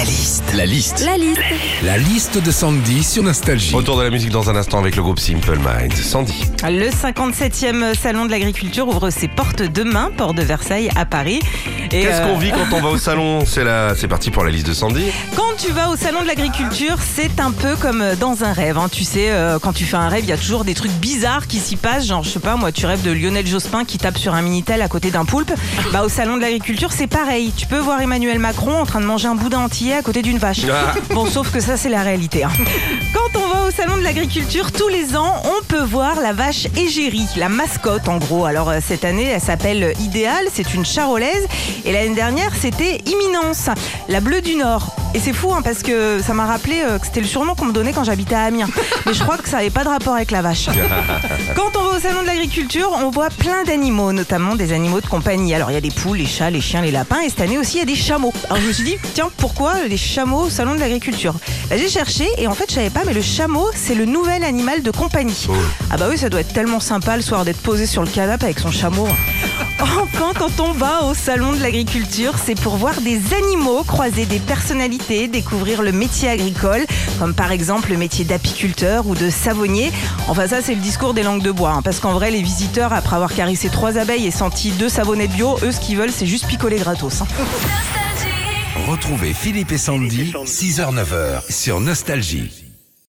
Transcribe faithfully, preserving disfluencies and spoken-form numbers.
La liste. La liste. La liste. La liste de Sandy sur Nostalgie. Retour de la musique dans un instant avec le groupe Simple Minds. Sandy. Le cinquante-septième salon de l'agriculture ouvre ses portes demain, porte de Versailles à Paris. Et Qu'est-ce euh, qu'on vit quand on va au salon? C'est la... c'est parti pour la liste de Sandy. Quand tu vas au salon de l'agriculture, c'est un peu comme dans un rêve. Hein. Tu sais, euh, quand tu fais un rêve, il y a toujours des trucs bizarres qui s'y passent. Genre, je sais pas, moi, tu rêves de Lionel Jospin qui tape sur un Minitel à côté d'un poulpe. Bah, au salon de l'agriculture, c'est pareil. Tu peux voir Emmanuel Macron en train de manger un boudin antillais à côté d'une vache. Ah. Bon, sauf que ça, c'est la réalité. Hein. Quand on va au salon de l'agriculture, tous les ans, on peut voir la vache égérie, la mascotte en gros. Alors, euh, cette année, elle s'appelle Idéal, c'est une charolaise. Et l'année dernière, c'était Imminence, la bleue du Nord. Et c'est fou hein, parce que ça m'a rappelé euh, que c'était le surnom qu'on me donnait quand j'habitais à Amiens. Mais je crois que ça n'avait pas de rapport avec la vache. Quand on va au salon de l'agriculture, on voit plein d'animaux, notamment des animaux de compagnie. Alors il y a des poules, les chats, les chiens, les lapins. Et cette année aussi, il y a des chameaux. Alors je me suis dit, tiens, pourquoi les chameaux au salon de l'agriculture? Bah, j'ai cherché et en fait, je savais pas, mais le chameau, c'est le nouvel animal de compagnie. Oh. Ah bah oui, ça doit être tellement sympa le soir d'être posé sur le canapé avec son chameau. Enfin, quand on va au salon de l'agriculture, c'est pour voir des animaux, croiser des personnalités, découvrir le métier agricole, comme par exemple le métier d'apiculteur ou de savonnier. Enfin ça, c'est le discours des langues de bois, hein, parce qu'en vrai, les visiteurs, après avoir caressé trois abeilles et senti deux savonnettes bio, eux, ce qu'ils veulent, c'est juste picoler gratos. Hein. Retrouvez Philippe et Sandy, six heures neuf heures sur Nostalgie.